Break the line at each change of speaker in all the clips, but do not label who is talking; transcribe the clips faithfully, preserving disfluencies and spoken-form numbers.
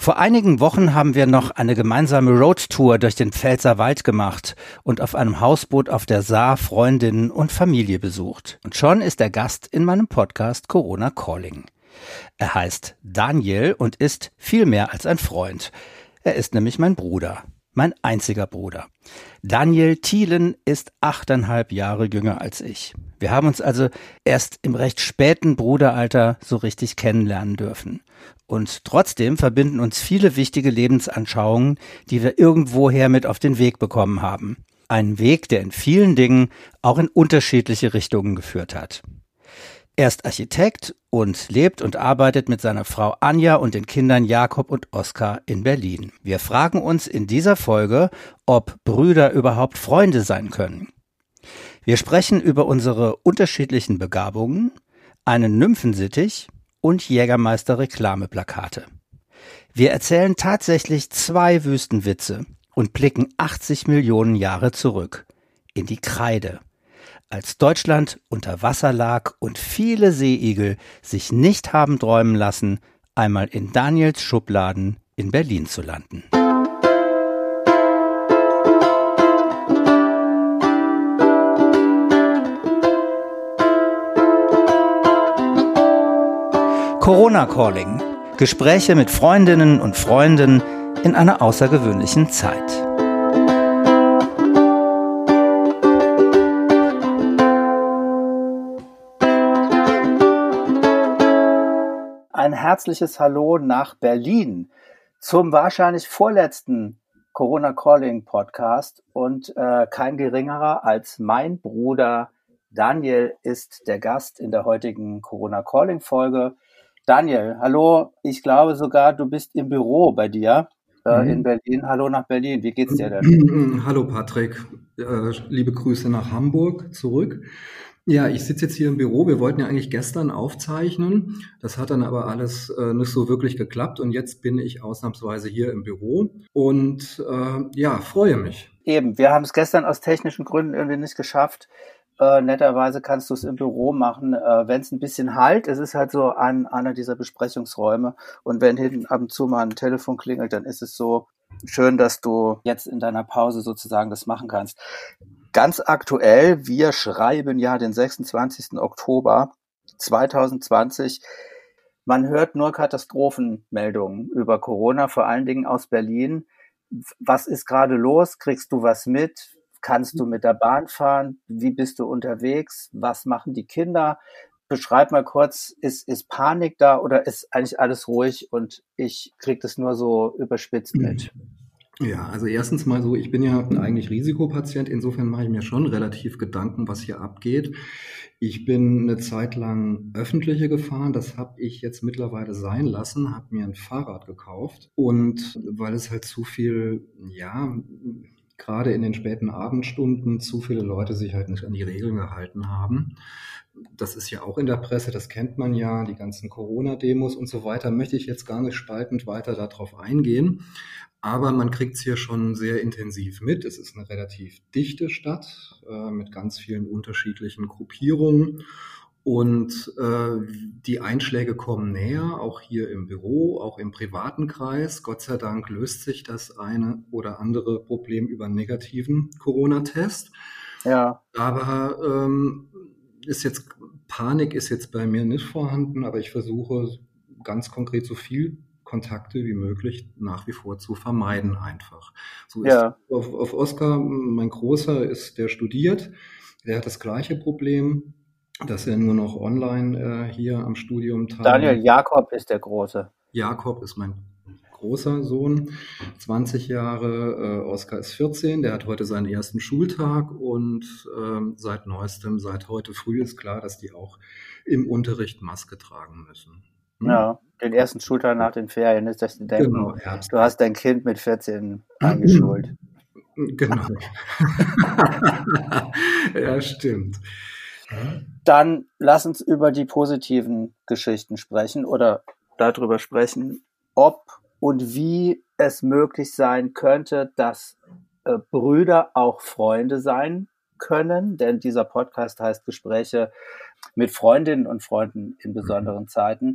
Vor einigen Wochen haben wir noch eine gemeinsame Roadtour durch den Pfälzerwald gemacht und auf einem Hausboot auf der Saar Freundinnen und Familie besucht. Und schon ist der Gast in meinem Podcast Corona Calling. Er heißt Daniel und ist viel mehr als ein Freund. Er ist nämlich mein Bruder, mein einziger Bruder. Daniel Thielen ist achteinhalb Jahre jünger als ich. Wir haben uns also erst im recht späten Bruderalter so richtig kennenlernen dürfen. Und trotzdem verbinden uns viele wichtige Lebensanschauungen, die wir irgendwoher mit auf den Weg bekommen haben. Einen Weg, der in vielen Dingen auch in unterschiedliche Richtungen geführt hat. Er ist Architekt und lebt und arbeitet mit seiner Frau Anja und den Kindern Jakob und Oskar in Berlin. Wir fragen uns in dieser Folge, ob Brüder überhaupt Freunde sein können. Wir sprechen über unsere unterschiedlichen Begabungen, einen Nymphensittich und Jägermeister-Reklameplakate. Wir erzählen tatsächlich zwei Wüstenwitze und blicken achtzig Millionen Jahre zurück in die Kreide, als Deutschland unter Wasser lag und viele Seeigel sich nicht haben träumen lassen, einmal in Daniels Schubladen in Berlin zu landen. Corona Calling. Gespräche mit Freundinnen und Freunden in einer außergewöhnlichen Zeit. Ein herzliches Hallo nach Berlin zum wahrscheinlich vorletzten Corona Calling Podcast und äh, kein geringerer als mein Bruder Daniel ist der Gast in der heutigen Corona Calling Folge. Daniel, hallo, ich glaube sogar, du bist im Büro bei dir äh, mhm. in Berlin. Hallo nach Berlin, wie geht's dir denn?
Hallo Patrick, äh, liebe Grüße nach Hamburg zurück. Ja, ich sitze jetzt hier im Büro. Wir wollten ja eigentlich gestern aufzeichnen. Das hat dann aber alles äh, nicht so wirklich geklappt. Und jetzt bin ich ausnahmsweise hier im Büro und äh, ja, freue mich.
Eben, wir haben es gestern aus technischen Gründen irgendwie nicht geschafft. Äh, netterweise kannst du es im Büro machen, äh, wenn es ein bisschen halt. Es ist halt so ein, einer dieser Besprechungsräume. Und wenn hinten ab und zu mal ein Telefon klingelt, dann ist es so schön, dass du jetzt in deiner Pause sozusagen das machen kannst. Ganz aktuell, wir schreiben ja den sechsundzwanzigsten Oktober zweitausendzwanzig. Man hört nur Katastrophenmeldungen über Corona, vor allen Dingen aus Berlin. Was ist gerade los? Kriegst du was mit? Kannst du mit der Bahn fahren? Wie bist du unterwegs? Was machen die Kinder? Beschreib mal kurz, ist, ist Panik da oder ist eigentlich alles ruhig und ich krieg das nur so überspitzt mit?
Ja, also erstens mal so, ich bin ja eigentlich Risikopatient, insofern mache ich mir schon relativ Gedanken, was hier abgeht. Ich bin eine Zeit lang öffentliche gefahren, das habe ich jetzt mittlerweile sein lassen, habe mir ein Fahrrad gekauft und weil es halt zu viel, ja, gerade in den späten Abendstunden zu viele Leute sich halt nicht an die Regeln gehalten haben. Das ist ja auch in der Presse, das kennt man ja, die ganzen Corona-Demos und so weiter, möchte ich jetzt gar nicht spaltend weiter darauf eingehen. Aber man kriegt es hier schon sehr intensiv mit. Es ist eine relativ dichte Stadt äh, mit ganz vielen unterschiedlichen Gruppierungen. Und äh, die Einschläge kommen näher, auch hier im Büro, auch im privaten Kreis. Gott sei Dank löst sich das eine oder andere Problem über einen negativen Corona-Test.
Ja.
Aber ähm, ist jetzt Panik ist jetzt bei mir nicht vorhanden, aber ich versuche ganz konkret so viel Kontakte wie möglich nach wie vor zu vermeiden einfach. So ist
ja.
auf, auf Oskar, mein Großer ist, der studiert, der hat das gleiche Problem, dass er nur noch online äh, hier am Studium teilnimmt.
Daniel, Jakob ist der Große.
Jakob ist mein großer Sohn, zwanzig Jahre, äh, Oskar ist vierzehn, der hat heute seinen ersten Schultag und äh, seit neuestem, seit heute früh ist klar, dass die auch im Unterricht Maske tragen müssen.
Hm? Ja, den ersten Schultag nach den Ferien ist, dass die denken, genau, du hast dein Kind mit vierzehn eingeschult.
Genau. Ja, stimmt.
Dann lass uns über die positiven Geschichten sprechen oder darüber sprechen, ob und wie es möglich sein könnte, dass äh, Brüder auch Freunde sein können, denn dieser Podcast heißt Gespräche mit Freundinnen und Freunden in besonderen Zeiten.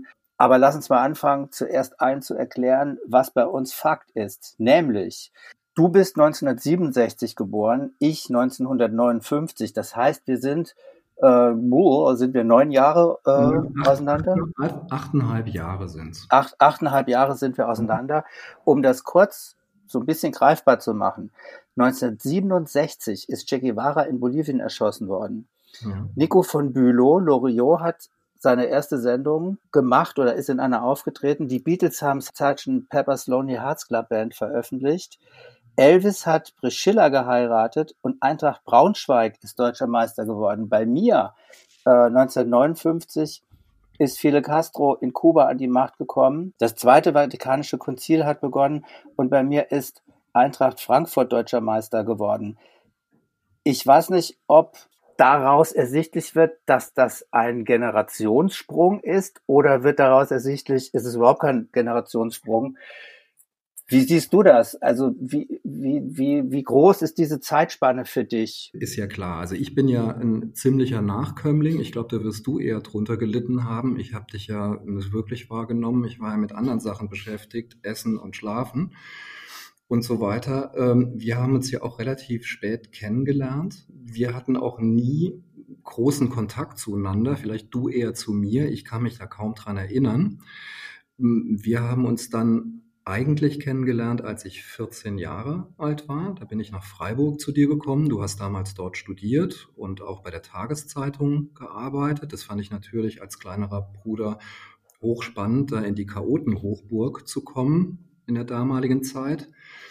Aber lass uns mal anfangen, zuerst allen zu erklären, was bei uns Fakt ist. Nämlich, du bist neunzehnhundertsiebenundsechzig geboren, ich neunzehnhundertneunundfünfzig. Das heißt, wir sind, äh, oh, sind wir neun Jahre äh,
Acht,
auseinander?
acht, achteinhalb Jahre sind es.
Acht, achteinhalb Jahre sind wir auseinander. Um das kurz so ein bisschen greifbar zu machen. neunzehnhundertsiebenundsechzig ist Che Guevara in Bolivien erschossen worden.
Ja.
Nico von Bülow, Loriot, hat seine erste Sendung gemacht oder ist in einer aufgetreten. Die Beatles haben Sergeant Pepper's Lonely Hearts Club Band veröffentlicht. Elvis hat Priscilla geheiratet und Eintracht Braunschweig ist deutscher Meister geworden. Bei mir äh, neunzehnhundertneunundfünfzig ist Fidel Castro in Kuba an die Macht gekommen. Das Zweite Vatikanische Konzil hat begonnen und bei mir ist Eintracht Frankfurt deutscher Meister geworden. Ich weiß nicht, ob daraus ersichtlich wird, dass das ein Generationssprung ist, oder wird daraus ersichtlich, ist es überhaupt kein Generationssprung? Wie siehst du das? Also wie, wie, wie, wie groß ist diese Zeitspanne für dich?
Ist ja klar. Also ich bin ja ein ziemlicher Nachkömmling. Ich glaube, da wirst du eher drunter gelitten haben. Ich habe dich ja nicht wirklich wahrgenommen. Ich war ja mit anderen Sachen beschäftigt, Essen und Schlafen und so weiter. Wir haben uns ja auch relativ spät kennengelernt. Wir hatten auch nie großen Kontakt zueinander. Vielleicht du eher zu mir. Ich kann mich da kaum dran erinnern. Wir haben uns dann eigentlich kennengelernt, als ich vierzehn Jahre alt war. Da bin ich nach Freiburg zu dir gekommen. Du hast damals dort studiert und auch bei der Tageszeitung gearbeitet. Das fand ich natürlich als kleinerer Bruder hochspannend, da in die Chaotenhochburg zu kommen in der damaligen Zeit.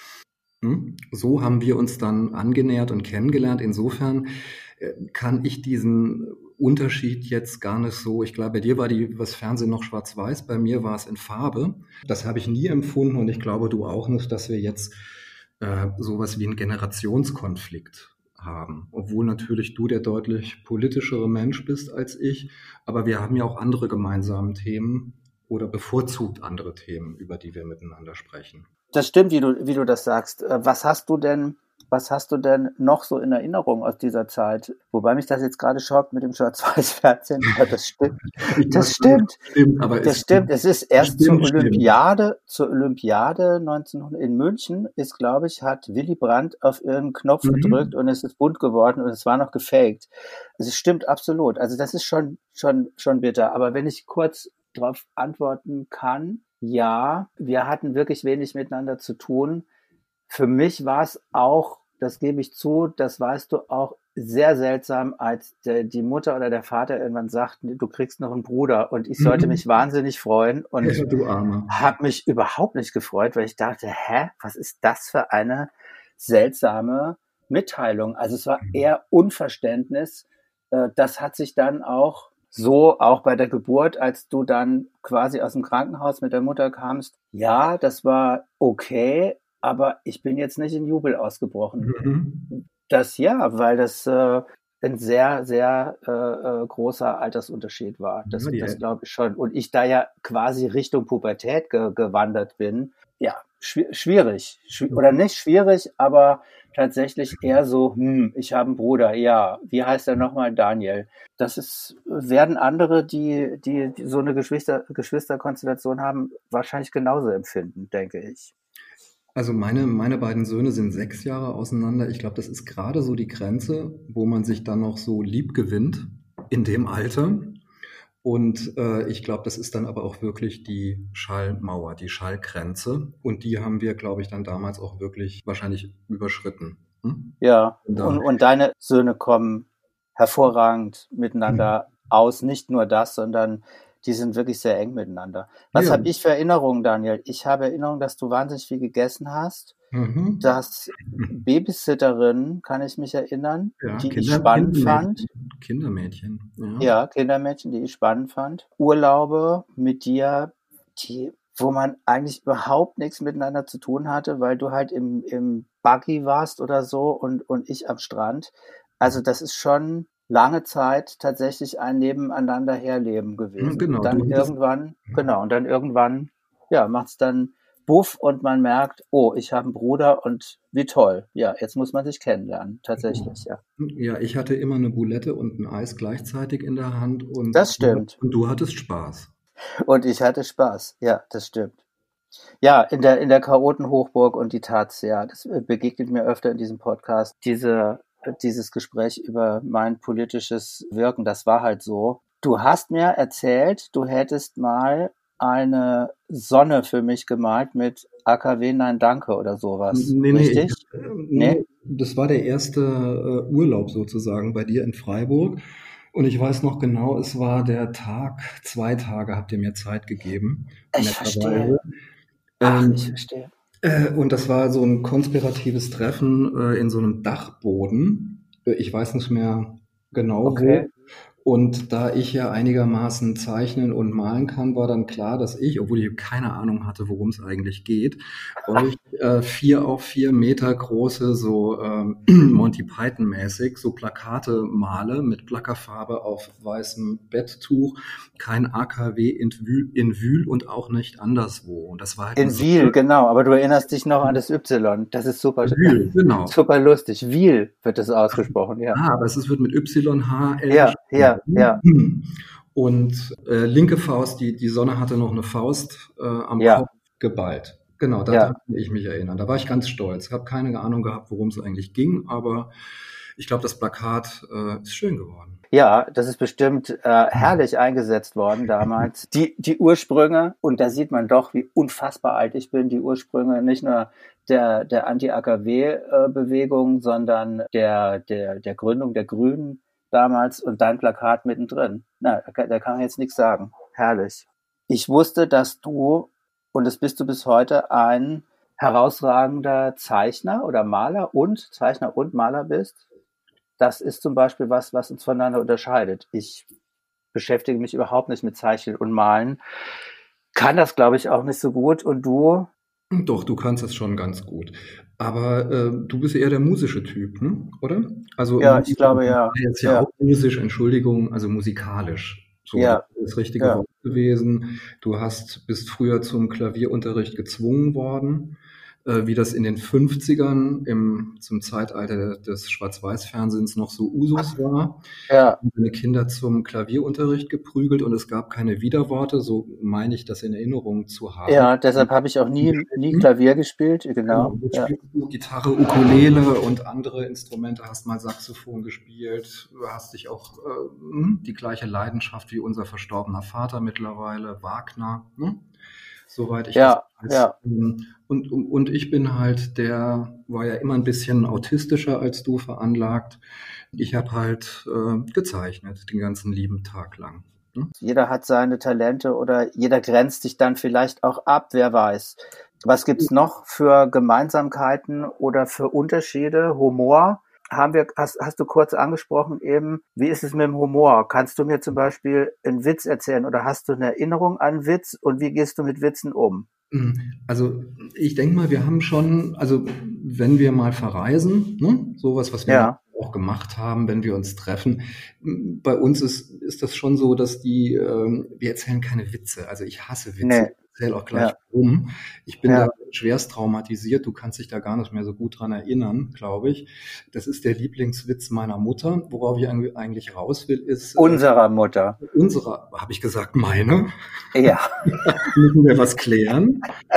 So haben wir uns dann angenähert und kennengelernt. Insofern kann ich diesen Unterschied jetzt gar nicht so, ich glaube, bei dir war die, das Fernsehen noch schwarz-weiß, bei mir war es in Farbe. Das habe ich nie empfunden und ich glaube, du auch nicht, dass wir jetzt äh, sowas wie einen Generationskonflikt haben. Obwohl natürlich du der deutlich politischere Mensch bist als ich, aber wir haben ja auch andere gemeinsame Themen oder bevorzugt andere Themen, über die wir miteinander sprechen.
Das stimmt, wie du, wie du das sagst. Was hast du denn Was hast du denn noch so in Erinnerung aus dieser Zeit? Wobei mich das jetzt gerade schockt mit dem Schwarz-Weiß-Fernsehen. Ja, das stimmt. Das stimmt.
stimmt aber
das
es
stimmt. Es ist erst
stimmt,
zur Olympiade, zur Olympiade neunzehnhundert in München ist, glaube ich, hat Willy Brandt auf irgendeinen Knopf
Mhm.
gedrückt und es ist bunt geworden und es war noch gefaked. Also es stimmt absolut. Also das ist schon, schon, schon bitter. Aber wenn ich kurz darauf antworten kann, ja, wir hatten wirklich wenig miteinander zu tun. Für mich war es auch, das gebe ich zu, das weißt du auch, sehr seltsam, als der, die Mutter oder der Vater irgendwann sagt, du kriegst noch einen Bruder und ich sollte
Mhm.
mich wahnsinnig freuen und
Ja, du Armer.
habe mich überhaupt nicht gefreut, weil ich dachte, hä, was ist das für eine seltsame Mitteilung? Also es war eher Unverständnis. Äh, Das hat sich dann auch so, auch bei der Geburt, als du dann quasi aus dem Krankenhaus mit der Mutter kamst, ja, das war okay, aber ich bin jetzt nicht in Jubel ausgebrochen.
Mhm.
Das ja, weil das äh, ein sehr, sehr äh, äh, großer Altersunterschied war. Das,
Ja, die
das
El-
glaube ich schon. Und ich da ja quasi Richtung Pubertät ge gewandert bin, ja, schwi schwierig. Schwi oder nicht schwierig, aber tatsächlich eher so, hm, ich habe einen Bruder, ja, wie heißt er nochmal? Daniel. Das ist, werden andere, die, die, die so eine Geschwister, Geschwisterkonstellation haben, wahrscheinlich genauso empfinden, denke ich.
Also meine, meine beiden Söhne sind sechs Jahre auseinander. Ich glaube, das ist gerade so die Grenze, wo man sich dann noch so lieb gewinnt in dem Alter. Und äh, ich glaube, das ist dann aber auch wirklich die Schallmauer, die Schallgrenze. Und die haben wir, glaube ich, dann damals auch wirklich wahrscheinlich überschritten. Hm?
Ja,
Und
und,
da,
und deine Söhne kommen hervorragend miteinander aus. Nicht nur das, sondern die sind wirklich sehr eng miteinander. Was
ja.
habe ich für Erinnerungen, Daniel? Ich habe Erinnerungen, dass du wahnsinnig viel gegessen hast.
Mhm.
Dass Babysitterin, kann ich mich erinnern,
Ja,
die ich
Kinder,
spannend fand.
Kindermädchen. Kindermädchen. Ja.
Ja, Kindermädchen, die ich spannend fand. Urlaube mit dir, die, wo man eigentlich überhaupt nichts miteinander zu tun hatte, weil du halt im, im Buggy warst oder so und, und ich am Strand. Also das ist schon lange Zeit tatsächlich ein Nebeneinander herleben gewesen.
Genau,
Und dann
du hattest-
irgendwann, genau, und dann irgendwann, ja, macht's dann Buff und man merkt, oh, ich habe einen Bruder und wie toll. Ja, jetzt muss man sich kennenlernen, tatsächlich, ja.
Ja, ich hatte immer eine Boulette und ein Eis gleichzeitig in der Hand und,
Das stimmt.
und du hattest Spaß.
Und ich hatte Spaß. Ja, das stimmt. Ja, in der, in der Chaotenhochburg und die Taz, ja, das äh, begegnet mir öfter in diesem Podcast. Diese, dieses Gespräch über mein politisches Wirken, das war halt so. Du hast mir erzählt, du hättest mal eine Sonne für mich gemalt mit A K W Nein Danke oder sowas.
Nee, nee, ich,
Richtig?
äh,
Nee?
nee, das war der erste äh, Urlaub sozusagen bei dir in Freiburg. Und ich weiß noch genau, es war der Tag, zwei Tage habt ihr mir Zeit gegeben,
Ich verstehe.
netterweise.
Ach, ich
Ähm,
verstehe.
äh, und das war so ein konspiratives Treffen äh, in so einem Dachboden. Äh, Ich weiß nicht mehr genau wo.
Okay.
Und da ich ja einigermaßen zeichnen und malen kann, war dann klar, dass ich, obwohl ich keine Ahnung hatte, worum es eigentlich geht, euch äh, vier auf vier Meter große, so ähm, Monty Python-mäßig, so Plakate male mit Plackerfarbe auf weißem Betttuch, kein A K W in Wühl, in Wühl und auch nicht anderswo. Und das war halt eine
In Wiel,
super
genau. Aber du erinnerst dich noch an das Y. Das ist super,
Wühl, genau.
super lustig. Wiel wird das ausgesprochen, ja.
Ah, aber es ist, wird mit Y H L
Ja, ja, ja,
geschrieben. Und äh, linke Faust, die, die Sonne hatte noch eine Faust äh, am
ja,
Kopf geballt. Genau, daran
ja.
kann ich mich erinnern. Da war ich ganz stolz. Ich habe keine Ahnung gehabt, worum es eigentlich ging, aber ich glaube, das Plakat äh, ist schön geworden.
Ja, das ist bestimmt äh, herrlich eingesetzt worden damals. Die, die Ursprünge, und da sieht man doch, wie unfassbar alt ich bin, die Ursprünge nicht nur der, der Anti-A K W-Bewegung, sondern der, der, der Gründung der Grünen damals und dein Plakat mittendrin. Na, da kann, da kann man jetzt nichts sagen. Herrlich. Ich wusste, dass du, und das bist du bis heute, ein herausragender Zeichner oder Maler und Zeichner und Maler bist. Das ist zum Beispiel was, was uns voneinander unterscheidet. Ich beschäftige mich überhaupt nicht mit Zeichnen und Malen, kann das, glaube ich, auch nicht so gut. Und du?
Doch, du kannst das schon ganz gut. Aber äh, du bist eher der musische Typ, ne? Oder? Also
Ja, ich
Musik
glaube ja.
jetzt ja
Ja,
auch musisch, Entschuldigung, also musikalisch. So, das
ja,
ist das richtige
ja.
Wort gewesen. Du hast, bist früher zum Klavierunterricht gezwungen worden, äh, wie das in den Fünfzigern im, zum Zeitalter des Schwarz-Weiß-Fernsehens noch so Usus war.
Ja,
Seine Kinder zum Klavierunterricht geprügelt und es gab keine Widerworte, so meine ich das in Erinnerung zu haben.
ja, deshalb habe ich auch nie, nie Klavier gespielt.
Genau,
Genau.
jetzt
Ja,
spielst du Gitarre, Ukulele und andere Instrumente, hast mal Saxophon gespielt, hast dich auch äh, die gleiche Leidenschaft wie unser verstorbener Vater mittlerweile, Wagner, ne? Soweit ich das
ja,
weiß.
ja.
Und, und, und ich bin halt der, war ja immer ein bisschen autistischer als du veranlagt. Ich habe halt äh, gezeichnet, den ganzen lieben Tag lang. Ne?
Jeder hat seine Talente oder jeder grenzt sich dann vielleicht auch ab, wer weiß. Was gibt's noch für Gemeinsamkeiten oder für Unterschiede? Humor? Haben wir, hast, hast du kurz angesprochen eben, wie ist es mit dem Humor? Kannst du mir zum Beispiel einen Witz erzählen oder hast du eine Erinnerung an einen Witz und wie gehst du mit Witzen um?
Also ich denke mal, wir haben schon, also wenn wir mal verreisen, ne, sowas, was wir
Ja,
auch gemacht haben, wenn wir uns treffen, bei uns ist, ist das schon so, dass die, ähm, wir erzählen keine Witze. Also ich hasse Witze.
nee,
Ich erzähle auch gleich
ja,
warum. Ich bin da
ja.
schwerst traumatisiert. Du kannst dich da gar nicht mehr so gut dran erinnern, glaube ich. Das ist der Lieblingswitz meiner Mutter. Worauf ich eigentlich raus will, ist äh,
Unserer Mutter.
unsere, habe ich gesagt, meine.
Ja,
Müssen wir was klären?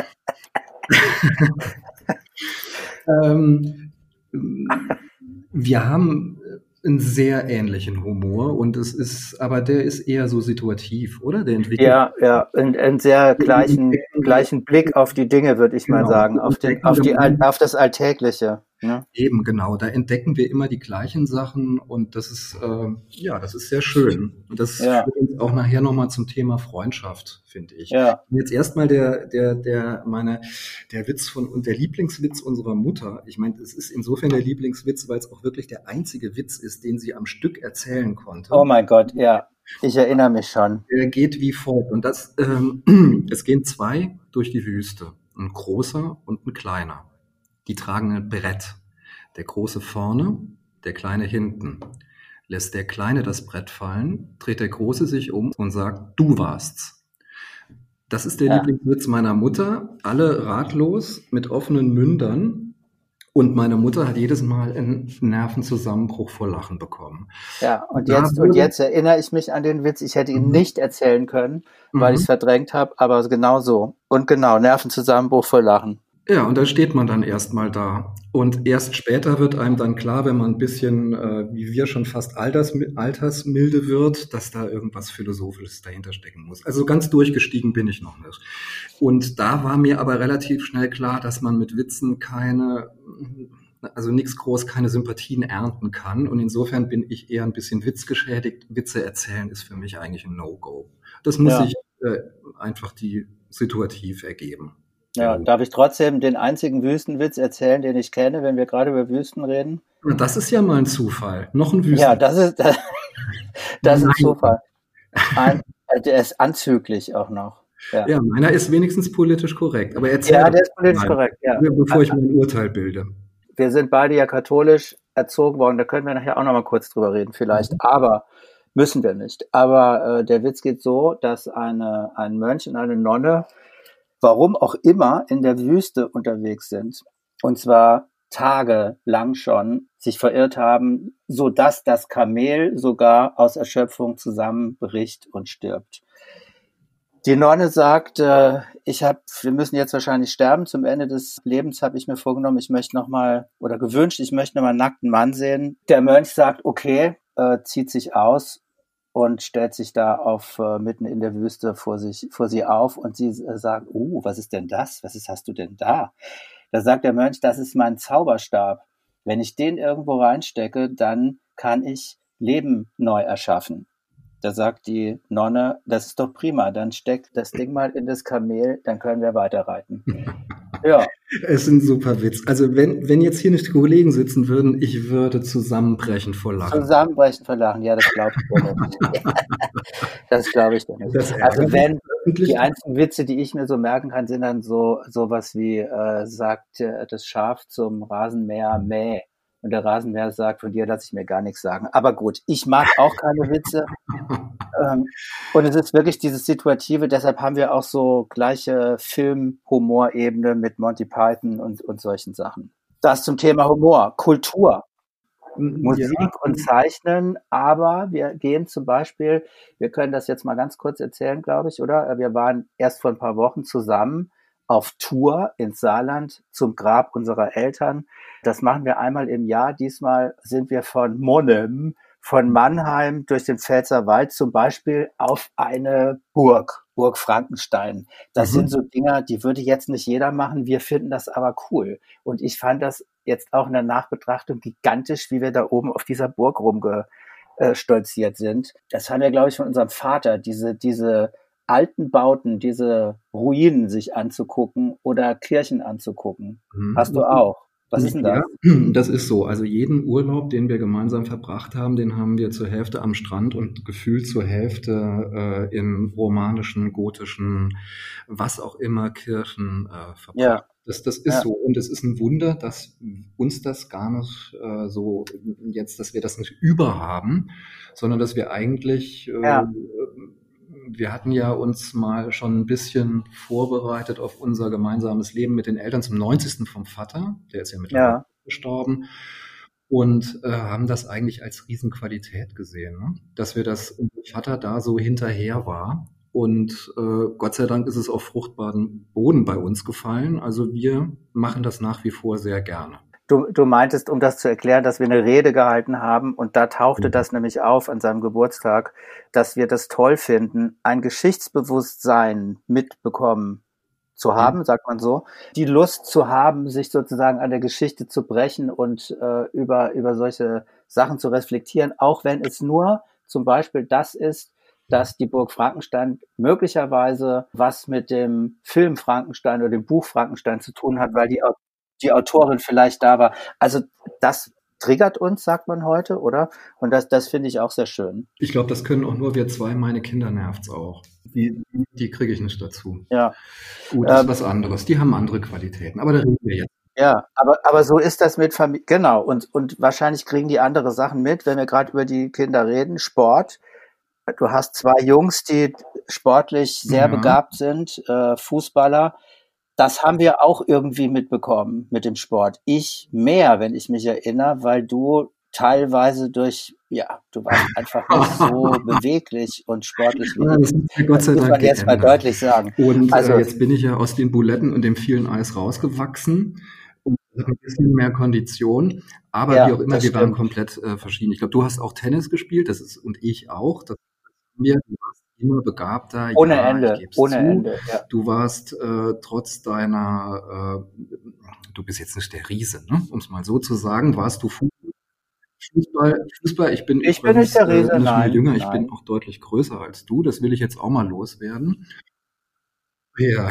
ähm, wir haben einen sehr ähnlichen Humor und es ist, aber der ist eher so situativ, oder? Der entwickelt.
ja, ja, einen, einen sehr gleichen, gleichen Blick auf die Dinge, würde ich mal
Genau.
sagen, auf den, auf die, auf das Alltägliche. Ne?
Eben, genau. Da entdecken wir immer die gleichen Sachen und das ist, äh, ja, das ist sehr schön. Und das
Ja.
führt uns auch nachher nochmal zum Thema Freundschaft, finde ich.
Ja.
Und jetzt erstmal der, der, der, meine, der Witz von, und der Lieblingswitz unserer Mutter. Ich meine, es ist insofern der Lieblingswitz, weil es auch wirklich der einzige Witz ist, den sie am Stück erzählen konnte.
Oh mein Gott, ja. Ich erinnere mich schon.
Der geht wie folgt. Und das, ähm, es gehen zwei durch die Wüste. Ein großer und ein kleiner. Die tragen ein Brett. Der Große vorne, der Kleine hinten. Lässt der Kleine das Brett fallen, dreht der Große sich um und sagt, du warst's. Das ist der
Ja.
Lieblingswitz meiner Mutter. Alle ratlos mit offenen Mündern. Und meine Mutter hat jedes Mal einen Nervenzusammenbruch vor Lachen bekommen.
Ja, und jetzt, und jetzt erinnere ich mich an den Witz. Ich hätte ihn mhm. nicht erzählen können, weil mhm. ich es verdrängt habe, aber genau so. Und genau, Nervenzusammenbruch vor Lachen.
Ja, und da steht man dann erstmal da. Und erst später wird einem dann klar, wenn man ein bisschen, äh, wie wir schon fast alters, altersmilde wird, dass da irgendwas Philosophisches dahinter stecken muss. Also ganz durchgestiegen bin ich noch nicht. Und da war mir aber relativ schnell klar, dass man mit Witzen keine, also nichts groß, keine Sympathien ernten kann. Und insofern bin ich eher ein bisschen witzgeschädigt. Witze erzählen ist für mich eigentlich ein No-Go. Das muss ja. sich äh, einfach die situativ ergeben.
Ja, darf ich trotzdem den einzigen Wüstenwitz erzählen, den ich kenne, wenn wir gerade über Wüsten reden?
Das ist ja mal ein Zufall. Noch ein Wüstenwitz.
Ja, das ist, das, das ist ein Zufall. Ein, der ist anzüglich auch noch.
Ja. ja, meiner ist wenigstens politisch korrekt. Aber erzähl
ja, der ist politisch mal, korrekt, ja.
Bevor ich mein Urteil bilde.
Wir sind beide ja katholisch erzogen worden, da können wir nachher auch noch mal kurz drüber reden vielleicht, mhm. aber müssen wir nicht. Aber äh, der Witz geht so, dass eine, ein Mönch und eine Nonne warum auch immer in der Wüste unterwegs sind, und zwar tagelang schon, sich verirrt haben, so dass das Kamel sogar aus Erschöpfung zusammenbricht und stirbt. Die Nonne sagt, äh, ich hab, wir müssen jetzt wahrscheinlich sterben, zum Ende des Lebens habe ich mir vorgenommen, ich möchte nochmal, oder gewünscht, ich möchte nochmal einen nackten Mann sehen. Der Mönch sagt, okay, äh, zieht sich aus und stellt sich da auf äh, mitten in der Wüste vor sich vor sie auf und sie äh, sagt, uh, was ist denn das? Was ist, hast du denn da? Da sagt der Mönch, das ist mein Zauberstab. Wenn ich den irgendwo reinstecke, dann kann ich Leben neu erschaffen. Da sagt die Nonne, das ist doch prima, dann steck das Ding mal in das Kamel, dann können wir weiterreiten. Ja.
Es ist ein super Witz. Also wenn, wenn jetzt hier nicht die Kollegen sitzen würden, ich würde zusammenbrechen vor Lachen.
Zusammenbrechen vor Lachen, ja, das glaube ich dir nicht. Das glaube ich dir nicht. Also wenn die einzigen Witze, die ich mir so merken kann, sind dann so sowas wie, äh, sagt äh, das Schaf zum Rasenmäher mäh. Und der Rasenmäher sagt, von dir lasse ich mir gar nichts sagen. Aber gut, ich mag auch keine Witze. ähm, und es ist wirklich dieses Situative, deshalb haben wir auch so gleiche Film-Humor-Ebene mit Monty Python und, und solchen Sachen. Das zum Thema Humor, Kultur, Musik ja. und Zeichnen. Aber wir gehen zum Beispiel, wir können das jetzt mal ganz kurz erzählen, glaube ich, oder? Wir waren erst vor ein paar Wochen zusammen auf Tour ins Saarland zum Grab unserer Eltern. Das machen wir einmal im Jahr. Diesmal sind wir von Monnem, von Mannheim durch den Pfälzerwald zum Beispiel auf eine Burg, Burg Frankenstein. Das mhm. sind so Dinger, die würde jetzt nicht jeder machen. Wir finden das aber cool. Und ich fand das jetzt auch in der Nachbetrachtung gigantisch, wie wir da oben auf dieser Burg rumgestolziert sind. Das haben wir, glaube ich, von unserem Vater, diese, diese alten Bauten, diese Ruinen sich anzugucken oder Kirchen anzugucken. Mhm. Hast du auch? Was ist denn das?
Ja, das ist so. Also jeden Urlaub, den wir gemeinsam verbracht haben, den haben wir zur Hälfte am Strand und gefühlt zur Hälfte äh, in romanischen, gotischen, was auch immer Kirchen äh, verbracht. Ja. Das, das ist ja. so. Und es ist ein Wunder, dass uns das gar nicht äh, so jetzt, dass wir das nicht überhaben, sondern dass wir eigentlich äh, ja. Wir hatten ja uns mal schon ein bisschen vorbereitet auf unser gemeinsames Leben mit den Eltern zum neunzigsten vom Vater. Der ist ja mittlerweile ja. gestorben. Und äh, haben das eigentlich als Riesenqualität gesehen, ne? Dass wir das, unser Vater da so hinterher war. Und äh, Gott sei Dank ist es auf fruchtbaren Boden bei uns gefallen. Also wir machen das nach wie vor sehr gerne.
Du, du meintest, um das zu erklären, dass wir eine Rede gehalten haben und da tauchte mhm. das nämlich auf an seinem Geburtstag, dass wir das toll finden, ein Geschichtsbewusstsein mitbekommen zu haben, mhm. sagt man so, die Lust zu haben, sich sozusagen an der Geschichte zu brechen und äh, über, über solche Sachen zu reflektieren, auch wenn es nur zum Beispiel das ist, dass die Burg Frankenstein möglicherweise was mit dem Film Frankenstein oder dem Buch Frankenstein zu tun hat, weil die die Autorin vielleicht da war. Also das triggert uns, sagt man heute, oder? Und das, das finde ich auch sehr schön.
Ich glaube, das können auch nur wir zwei. Meine Kinder nervt's auch. Die, die kriege ich nicht dazu.
Ja.
Gut, das ähm, ist was anderes. Die haben andere Qualitäten. Aber da reden wir jetzt.
Ja, aber, aber so ist das mit Familie. Genau. Und, und wahrscheinlich kriegen die andere Sachen mit, wenn wir gerade über die Kinder reden. Sport. Du hast zwei Jungs, die sportlich sehr ja. begabt sind, äh, Fußballer. Das haben wir auch irgendwie mitbekommen mit dem Sport. Ich mehr, wenn ich mich erinnere, weil du teilweise durch, ja, du warst einfach nicht so beweglich und sportlich wie
Ja, das
ich.
ist ja Gott
Das
sei
muss
Dank
man jetzt mal
geändert.
deutlich sagen.
Und
Also
äh, jetzt bin ich ja aus den Buletten und dem vielen Eis rausgewachsen und habe ein bisschen mehr Kondition. Aber wie
ja,
auch immer,
das
wir waren
stimmt.
komplett äh, verschieden. Ich glaube, du hast auch Tennis gespielt, das ist und ich auch. Das haben wir. Du warst immer begabter.
Ohne
Ja, ich
Ende,
gebe es
ohne
zu.
Ende, ja.
Du warst äh, trotz deiner, äh, du bist jetzt nicht der Riese, ne? Um es mal so zu sagen, warst du Fu- Fußball, Fußball, ich bin
Ich bin nicht
übrigens
der
äh,
Riese,
nicht nur
nein,
jünger, ich bin
nein.
auch deutlich größer als du. Das will ich jetzt auch mal loswerden. Ja.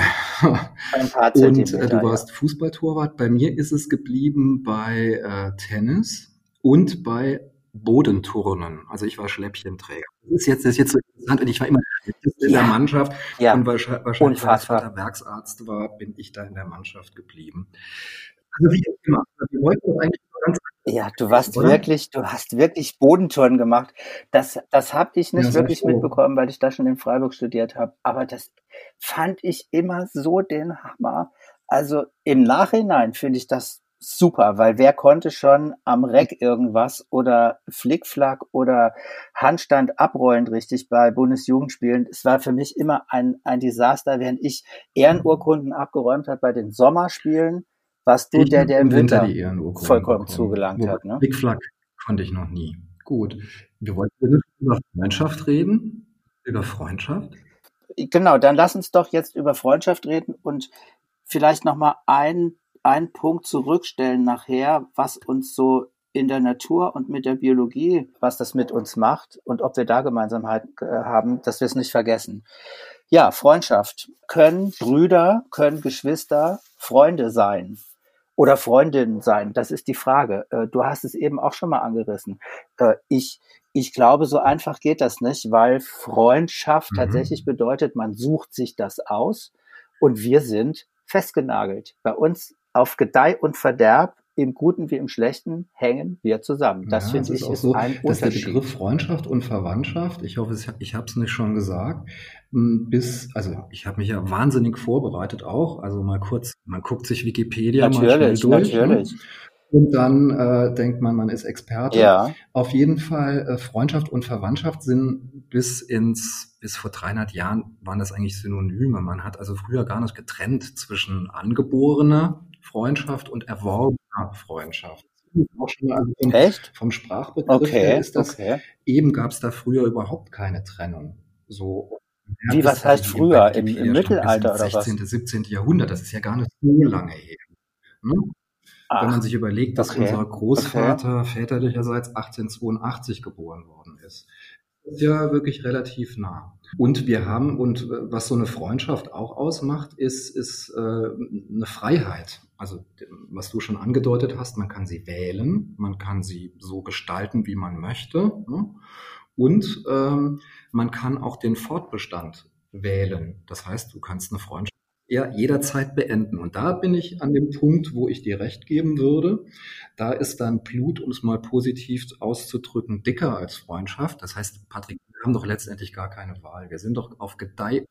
Ein paar
Und äh, du
Zentimeter, ja.
warst Fußballtorwart. Bei mir ist es geblieben bei äh, Tennis und bei Bodenturnen. Also ich war Schläppchenträger. Das ist jetzt, das ist jetzt so interessant und ich war immer der Älteste in der
Ja,
Mannschaft
ja,
und wahrscheinlich, wahrscheinlich, weil mein
unfassbar.
Vater Werksarzt war, bin ich da in der Mannschaft geblieben. Also wie immer, wir wollten doch eigentlich nur ganz
Ja, du
anders
warst
reden, oder?
wirklich, du hast wirklich Bodentouren gemacht. Das, das habe ich
Ja,
nicht
sei
wirklich
froh.
mitbekommen, weil ich da schon in Freiburg studiert habe. Aber das fand ich immer so den Hammer. Also im Nachhinein finde ich das super, weil wer konnte schon am Reck irgendwas oder Flickflack oder Handstand abrollend richtig bei Bundesjugendspielen. Es war für mich immer ein, ein Desaster, während ich Ehrenurkunden abgeräumt habe bei den Sommerspielen. Warst du
Ich
der,
habe
der
im
im
Winter
Winter
die Ehrenurkunden
vollkommen
bekommen.
zugelangt
Wobei
hat, ne?
Flickflack konnte ich noch nie. Gut. Wir wollten nicht über Freundschaft reden. Über Freundschaft?
Genau, dann lass uns doch jetzt über Freundschaft reden und vielleicht nochmal ein, einen Punkt zurückstellen nachher, was uns so in der Natur und mit der Biologie, was das mit uns macht und ob wir da Gemeinsamkeiten äh, haben, dass wir es nicht vergessen. Ja, Freundschaft. Können Brüder, können Geschwister Freunde sein? Oder Freundinnen sein? Das ist die Frage. Äh, Du hast es eben auch schon mal angerissen. Äh, Ich, ich glaube, so einfach geht das nicht, weil Freundschaft tatsächlich
Mhm.
bedeutet, man sucht sich das aus und wir sind festgenagelt. Bei uns auf Gedeih und Verderb, im Guten wie im Schlechten, hängen wir zusammen. Das
Ja, es
finde
ist
ich
auch
ist
so,
ein
dass der Begriff
Unterschied.
Freundschaft und Verwandtschaft, ich hoffe, es- ich habe es nicht schon gesagt, m, bis, also ich habe mich ja wahnsinnig vorbereitet auch. Also mal kurz, man guckt sich Wikipedia mal schnell
Natürlich,
durch, ne?
natürlich.
Und dann äh, denkt man, man ist Experte.
Ja,
Auf jeden Fall, äh, Freundschaft und Verwandtschaft sind bis ins, bis vor dreihundert Jahren waren das eigentlich Synonyme. Man hat also früher gar nicht getrennt zwischen angeborener Freundschaft und erworbener Freundschaft. Auch schon mal, also vom,
echt?
vom Sprachbegriff her
Okay,
ist das,
okay.
eben gab es da früher überhaupt keine Trennung. So, ja,
Wie,
bis,
was
also
heißt
wie bei
früher? Im, im
Wikipedia stand bis ins
Mittelalter oder was?
sechzehnten., siebzehnten. Jahrhundert. Das ist ja gar nicht so lange her. Ne? Wenn man
Ach,
sich überlegt, dass
okay,
unser
okay.
Großvater väterlicherseits achtzehnhundertzweiundachtzig geboren worden ist. Das ist ja wirklich relativ nah. Und wir haben, und äh, was so eine Freundschaft auch ausmacht, ist, ist äh, eine Freiheit. Also was du schon angedeutet hast, man kann sie wählen, man kann sie so gestalten, wie man möchte. Ne? Und ähm, man kann auch den Fortbestand wählen. Das heißt, du kannst eine Freundschaft ja jederzeit beenden. Und da bin ich an dem Punkt, wo ich dir recht geben würde. Da ist dann Blut, um es mal positiv auszudrücken, dicker als Freundschaft. Das heißt, Patrick, wir haben doch letztendlich gar keine Wahl. Wir sind doch auf Gedeih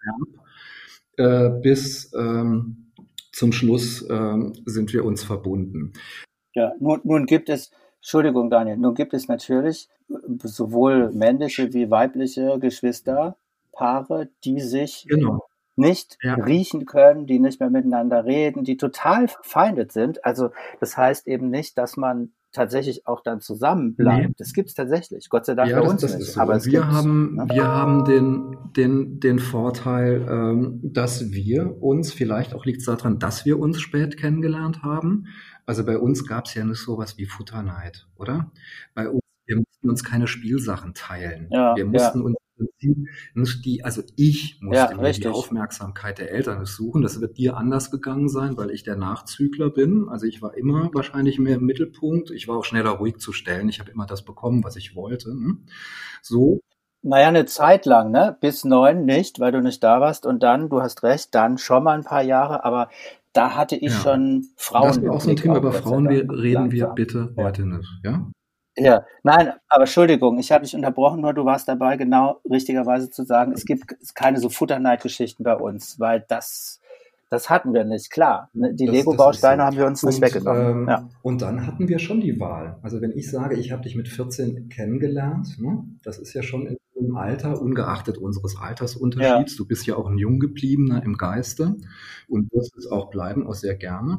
äh, bis ähm, zum Schluss ähm, sind wir uns verbunden.
Ja, nun, nun gibt es, Entschuldigung, Daniel, nun gibt es natürlich sowohl männliche wie weibliche Geschwisterpaare, die sich
Genau.
nicht
Ja.
riechen können, die nicht mehr miteinander reden, die total verfeindet sind. Also das heißt eben nicht, dass man tatsächlich auch dann zusammen bleibt.
Nee.
Das gibt es tatsächlich. Gott sei Dank
Ja,
bei
das,
uns
das
nicht.
ist so.
Aber
Und
es
wir
gibt's,
haben,
ne?
wir haben den, den, den Vorteil, ähm, dass wir uns, vielleicht auch liegt es daran, dass wir uns spät kennengelernt haben. Also bei uns gab es ja nicht sowas wie Futterneid, oder? Bei uns, wir mussten uns keine Spielsachen teilen.
Ja,
Wir
ja,
mussten uns im Prinzip nicht die, also ich
ja,
musste mir die
richtig.
Aufmerksamkeit der Eltern nicht suchen. Das wird dir anders gegangen sein, weil ich der Nachzügler bin. Also ich war immer wahrscheinlich mehr im Mittelpunkt. Ich war auch schneller ruhig zu stellen. Ich habe immer das bekommen, was ich wollte. Ne? So.
Naja, eine Zeit lang, ne? Bis neun nicht, weil du nicht da warst. Und dann, du hast recht, dann schon mal ein paar Jahre. Aber da hatte ich
Ja.
schon Frauen
Das
im
war auch so ein
Blick,
Thema.
auch
Über
Gott sei
Frauen wir,
Dank,
reden wir
langsam.
bitte
Ja.
heute nicht. Ja?
Ja, nein, aber Entschuldigung, ich habe dich unterbrochen, nur du warst dabei, genau richtigerweise zu sagen, es gibt keine so Futterneidgeschichten bei uns, weil das, Das hatten wir nicht, klar. Die
Das,
Lego-Bausteine
so.
haben wir uns nicht
und,
weggenommen.
Ähm,
ja.
Und dann hatten wir schon die Wahl. Also wenn ich sage, ich habe dich mit vierzehn kennengelernt, ne, das ist ja schon im Alter, ungeachtet unseres Altersunterschieds. Ja. Du bist ja auch ein Junggebliebener im Geiste und wirst es auch bleiben, auch sehr gerne.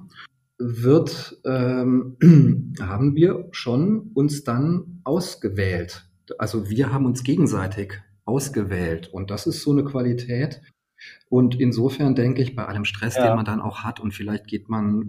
Wird, ähm, haben wir schon uns dann ausgewählt. Also wir haben uns gegenseitig ausgewählt. Und das ist so eine Qualität. Und insofern denke ich, bei allem Stress, ja. den man dann auch hat, und vielleicht geht man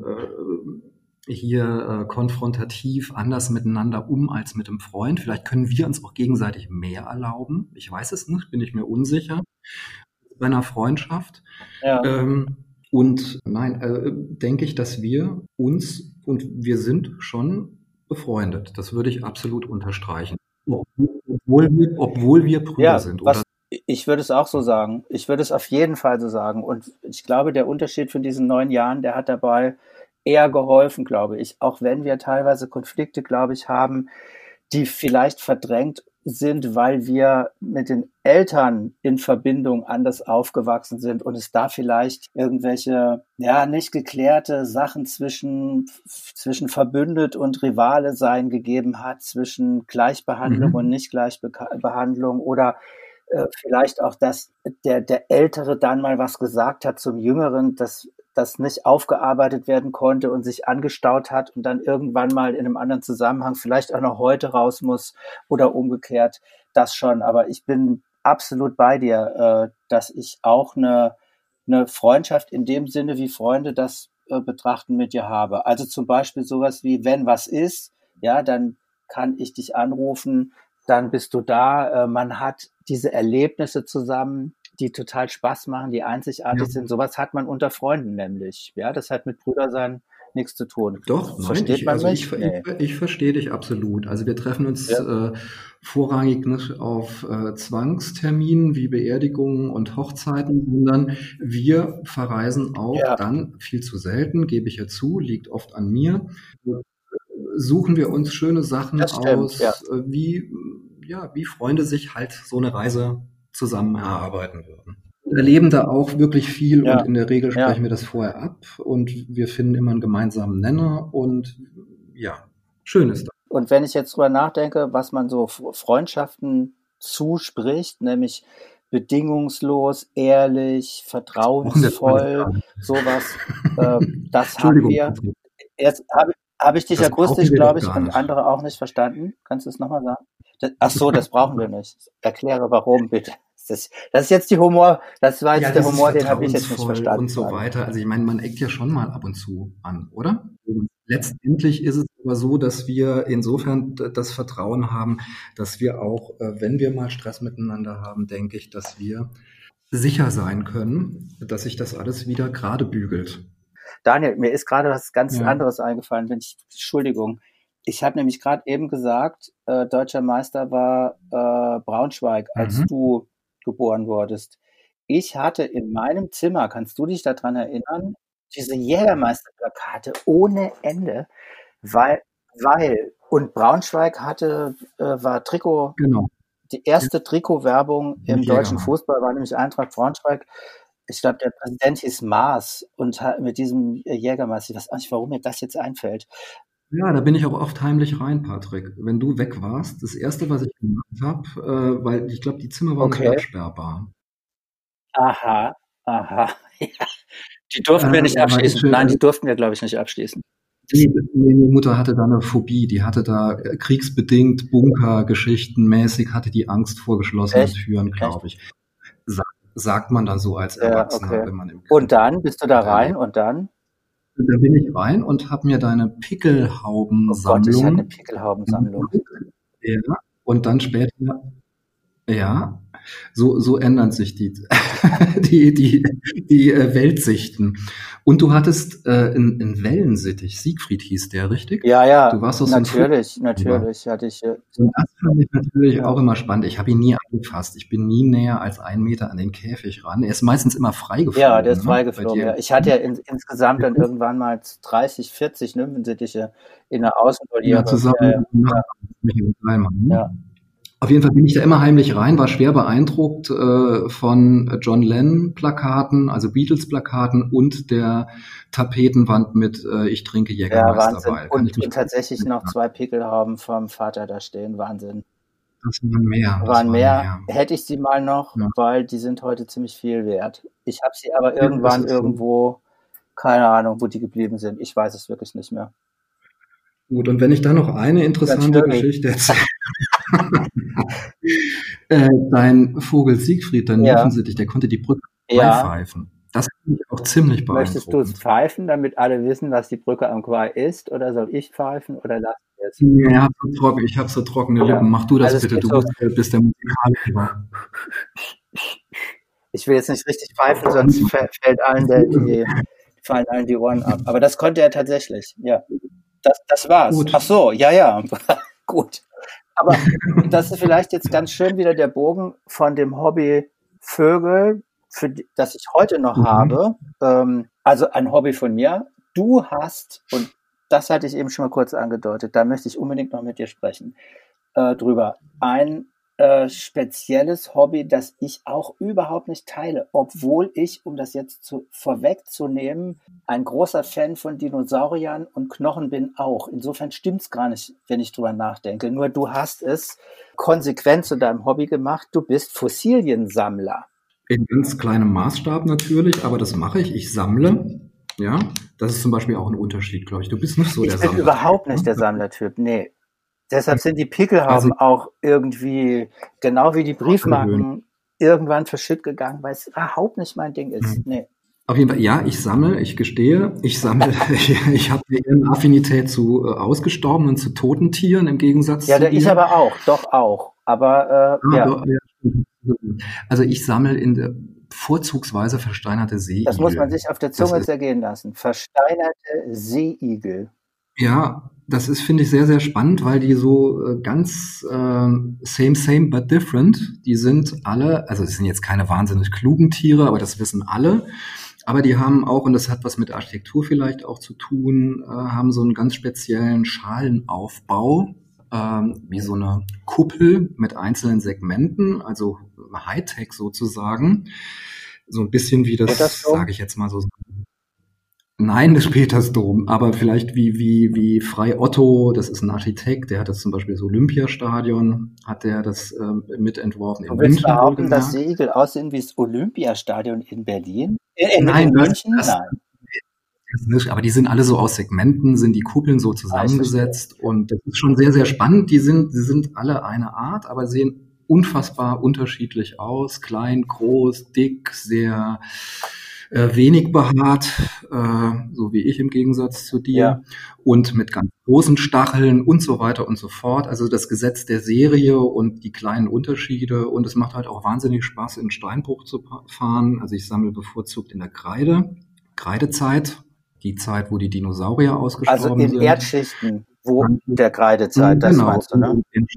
äh, hier äh, konfrontativ anders miteinander um als mit einem Freund. Vielleicht können wir uns auch gegenseitig mehr erlauben. Ich weiß es nicht, bin ich mir unsicher. Bei einer Freundschaft. Ja. Ähm, und nein, äh, denke ich, dass wir uns, und wir sind schon befreundet. Das würde ich absolut unterstreichen. Obwohl wir, obwohl wir Brüder
ja,
sind.
Was,
oder?
Ich würde es auch so sagen. Ich würde es auf jeden Fall so sagen. Und ich glaube, der Unterschied von diesen neun Jahren, der hat dabei eher geholfen, glaube ich. Auch wenn wir teilweise Konflikte, glaube ich, haben, die vielleicht verdrängt sind, weil wir mit den Eltern in Verbindung anders aufgewachsen sind und es da vielleicht irgendwelche, ja, nicht geklärte Sachen zwischen, zwischen Verbündet und Rivale sein gegeben hat, zwischen Gleichbehandlung mhm. und Nicht-Gleichbehandlung oder äh, vielleicht auch, dass der, der Ältere dann mal was gesagt hat zum Jüngeren, dass das nicht aufgearbeitet werden konnte und sich angestaut hat und dann irgendwann mal in einem anderen Zusammenhang vielleicht auch noch heute raus muss oder umgekehrt, das schon. Aber ich bin absolut bei dir, äh, dass ich auch eine, eine Freundschaft in dem Sinne, wie Freunde das äh, betrachten, mit dir habe. Also zum Beispiel sowas wie, wenn was ist, ja, dann kann ich dich anrufen, dann bist du da. Äh, man hat diese Erlebnisse zusammen, die total Spaß machen, die einzigartig ja. sind. Sowas hat man unter Freunden nämlich. Ja, das hat mit Brüdersein nichts zu tun.
Doch, nein,
versteht
ich,
man
also
mich?
Ich,
nee.
ich, ich verstehe dich absolut. Also wir treffen uns ja. äh, vorrangig nicht auf äh, Zwangsterminen wie Beerdigungen und Hochzeiten, sondern wir verreisen auch ja. dann viel zu selten, gebe ich ja zu, liegt oft an mir. Suchen wir uns schöne Sachen
das stimmt,
aus,
ja.
äh, wie, ja, wie Freunde sich halt so eine Reise zusammen erarbeiten würden. Wir erleben da auch wirklich viel ja. und in der Regel sprechen ja. wir das vorher ab und wir finden immer einen gemeinsamen Nenner und ja, schön ist das.
Und wenn ich jetzt drüber nachdenke, was man so Freundschaften zuspricht, nämlich bedingungslos, ehrlich, vertrauensvoll, sowas, äh, das haben wir. Jetzt habe ich Habe ich dich das akustisch, glaube ich, und andere auch nicht verstanden? Kannst du es nochmal sagen? Das, ach so, das brauchen wir nicht. Erkläre warum, bitte. Das, das ist jetzt die Humor, das war jetzt ja, der Humor, den habe ich jetzt nicht verstanden.
Und so weiter. Also ich meine, man eckt ja schon mal ab und zu an, oder? Und letztendlich ist es aber so, dass wir insofern das Vertrauen haben, dass wir auch, wenn wir mal Stress miteinander haben, denke ich, dass wir sicher sein können, dass sich das alles wieder gerade bügelt.
Daniel, mir ist gerade was ganz ja. anderes eingefallen, wenn ich, Entschuldigung. Ich habe nämlich gerade eben gesagt, äh, deutscher Meister war äh, Braunschweig, als mhm. du geboren wurdest. Ich hatte in meinem Zimmer, kannst du dich daran erinnern, diese Jägermeisterplakate ohne Ende, weil, weil, und Braunschweig hatte, äh, war Trikot, genau. die erste ja. Trikotwerbung im Jäger. deutschen Fußball war nämlich Eintracht Braunschweig. Ich glaube, der Präsident hieß Maas und mit diesem Jägermeister, ich weiß auch nicht, warum mir das jetzt einfällt.
Ja, da bin ich auch oft heimlich rein, Patrick. Wenn du weg warst, das Erste, was ich gemacht habe, äh, weil ich glaube, die Zimmer waren okay. nicht absperrbar.
Aha, aha. Ja. Die durften äh, wir nicht abschließen. Schön, Nein, die durften wir, glaube ich, nicht abschließen.
Die, die Mutter hatte da eine Phobie, die hatte da kriegsbedingt Bunkergeschichten mäßig, hatte die Angst vor geschlossenen Echt? Türen, glaube ich. Sa- sagt man dann so als Erwachsener,
ja, okay.
wenn man im Krieg
Und dann bist du da rein und dann?
Da bin ich rein und habe mir deine Pickelhaubensammlung.
Oh Gott, ich hatte eine Pickelhaubensammlung.
Ja, und dann später, ja, so, so ändern sich die, die, die, die äh, Weltsichten. Und du hattest äh, in, in Wellensittich, Siegfried hieß der, richtig?
Ja, ja,
du warst
natürlich,
so
natürlich hatte ich. Äh,
und das fand ich natürlich ja. auch immer spannend. Ich habe ihn nie angefasst. Ich bin nie näher als einen Meter an den Käfig ran. Er ist meistens immer freigeflogen.
Ja, der ist freigeflogen. Ne? Ja. Ich hatte ja in, insgesamt dann irgendwann mal dreißig, vierzig Nymphensittiche in der Außenvoliere.
Ja, zusammen
ja,
ja. mit Michael Dreimann. Ne?
Ja.
Auf jeden Fall bin ich da immer heimlich rein, war schwer beeindruckt äh, von John Lennon-Plakaten, also Beatles-Plakaten und der Tapetenwand mit äh, Ich trinke Jägermeister
ja, Wahnsinn. Und, und tatsächlich noch zwei Pickel haben vom Vater da stehen. Wahnsinn.
Das waren mehr. Das
waren mehr. mehr. Hätte ich sie mal noch, ja. weil die sind heute ziemlich viel wert. Ich habe sie aber irgendwann ja, irgendwo, so. keine Ahnung, wo die geblieben sind. Ich weiß es wirklich nicht mehr.
Gut, und wenn ich da noch eine interessante Geschichte erzähle. äh, dein Vogel Siegfried, dein
ja.
Nervensittich, der konnte die Brücke
ja.
pfeifen. Das finde ich auch ziemlich beeindruckend.
Möchtest du es pfeifen, damit alle wissen, was die Brücke am Quai ist? Oder soll ich pfeifen? Oder lass
es? Ja, so trocken. Ich habe so trockene ja. Lippen. Mach du das also bitte. Du so bist der Musikaliker.
Ich will jetzt nicht richtig pfeifen, sonst fällt allen der, die, fallen allen die Ohren ab. Aber das konnte er tatsächlich. Ja, das, das war's. Gut. Ach so, ja, ja. Gut. Aber das ist vielleicht jetzt ganz schön wieder der Bogen von dem Hobby Vögel, für die, das ich heute noch mhm. habe. Ähm, also ein Hobby von mir. Du hast, und das hatte ich eben schon mal kurz angedeutet, da möchte ich unbedingt noch mit dir sprechen, äh, drüber, ein äh, spezielles Hobby, das ich auch überhaupt nicht teile, obwohl ich, um das jetzt zu, vorwegzunehmen, ein großer Fan von Dinosauriern und Knochen bin auch. Insofern stimmt's gar nicht, wenn ich drüber nachdenke. Nur du hast es konsequent zu deinem Hobby gemacht. Du bist Fossiliensammler.
In ganz kleinem Maßstab natürlich, aber das mache ich. Ich sammle. Ja, das ist zum Beispiel auch ein Unterschied, glaube ich. Du bist nicht so
ich
der Sammler.
Ich bin überhaupt nicht der Sammlertyp, nee. Deshalb sind die Pickelhauben also, auch irgendwie, genau wie die Briefmarken, irgendwann verschütt gegangen, weil es überhaupt nicht mein Ding ist. Nee.
Auf jeden Fall, ja, ich sammle, ich gestehe, ich sammle, ich, ich habe eine Affinität zu äh, ausgestorbenen und zu toten Tieren im Gegensatz
ja,
zu
Ja, ich aber auch, doch auch. Aber, äh, ah, ja. Doch, ja.
Also ich sammle in der vorzugsweise versteinerte Seeigel.
Das muss man sich auf der Zunge zergehen lassen. Versteinerte Seeigel.
Ja, das ist, finde ich, sehr, sehr spannend, weil die so äh, ganz äh, same, same, but different, die sind alle, also es sind jetzt keine wahnsinnig klugen Tiere, aber das wissen alle, aber die haben auch, und das hat was mit Architektur vielleicht auch zu tun, äh, haben so einen ganz speziellen Schalenaufbau, äh, wie so eine Kuppel mit einzelnen Segmenten, also Hightech sozusagen, so ein bisschen wie das, das sage ich jetzt mal so, Nein, das Petersdom, aber vielleicht wie, wie, wie Frei Otto, das ist ein Architekt, der hat das zum Beispiel das Olympiastadion, hat der das ähm, mitentworfen.
Du willst behaupten, dass Seeigel aussehen wie das Olympiastadion in Berlin?
Äh, in Nein, München? Das, Nein. Das nicht, aber die sind alle so aus Segmenten, sind die Kuppeln so zusammengesetzt ah, und das ist schon sehr, sehr spannend. Die sind, die sind alle eine Art, aber sehen unfassbar unterschiedlich aus. Klein, groß, dick, sehr Äh, wenig behaart, äh, so wie ich im Gegensatz zu dir, ja. und mit ganz großen Stacheln und so weiter und so fort. Also das Gesetz der Serie und die kleinen Unterschiede. Und es macht halt auch wahnsinnig Spaß, in Steinbruch zu fahren. Also ich sammle bevorzugt in der Kreide, Kreidezeit, die Zeit, wo die Dinosaurier ausgestorben sind.
Also in
sind.
Erdschichten, wo der Kreidezeit, das
genau,
meinst du, ne?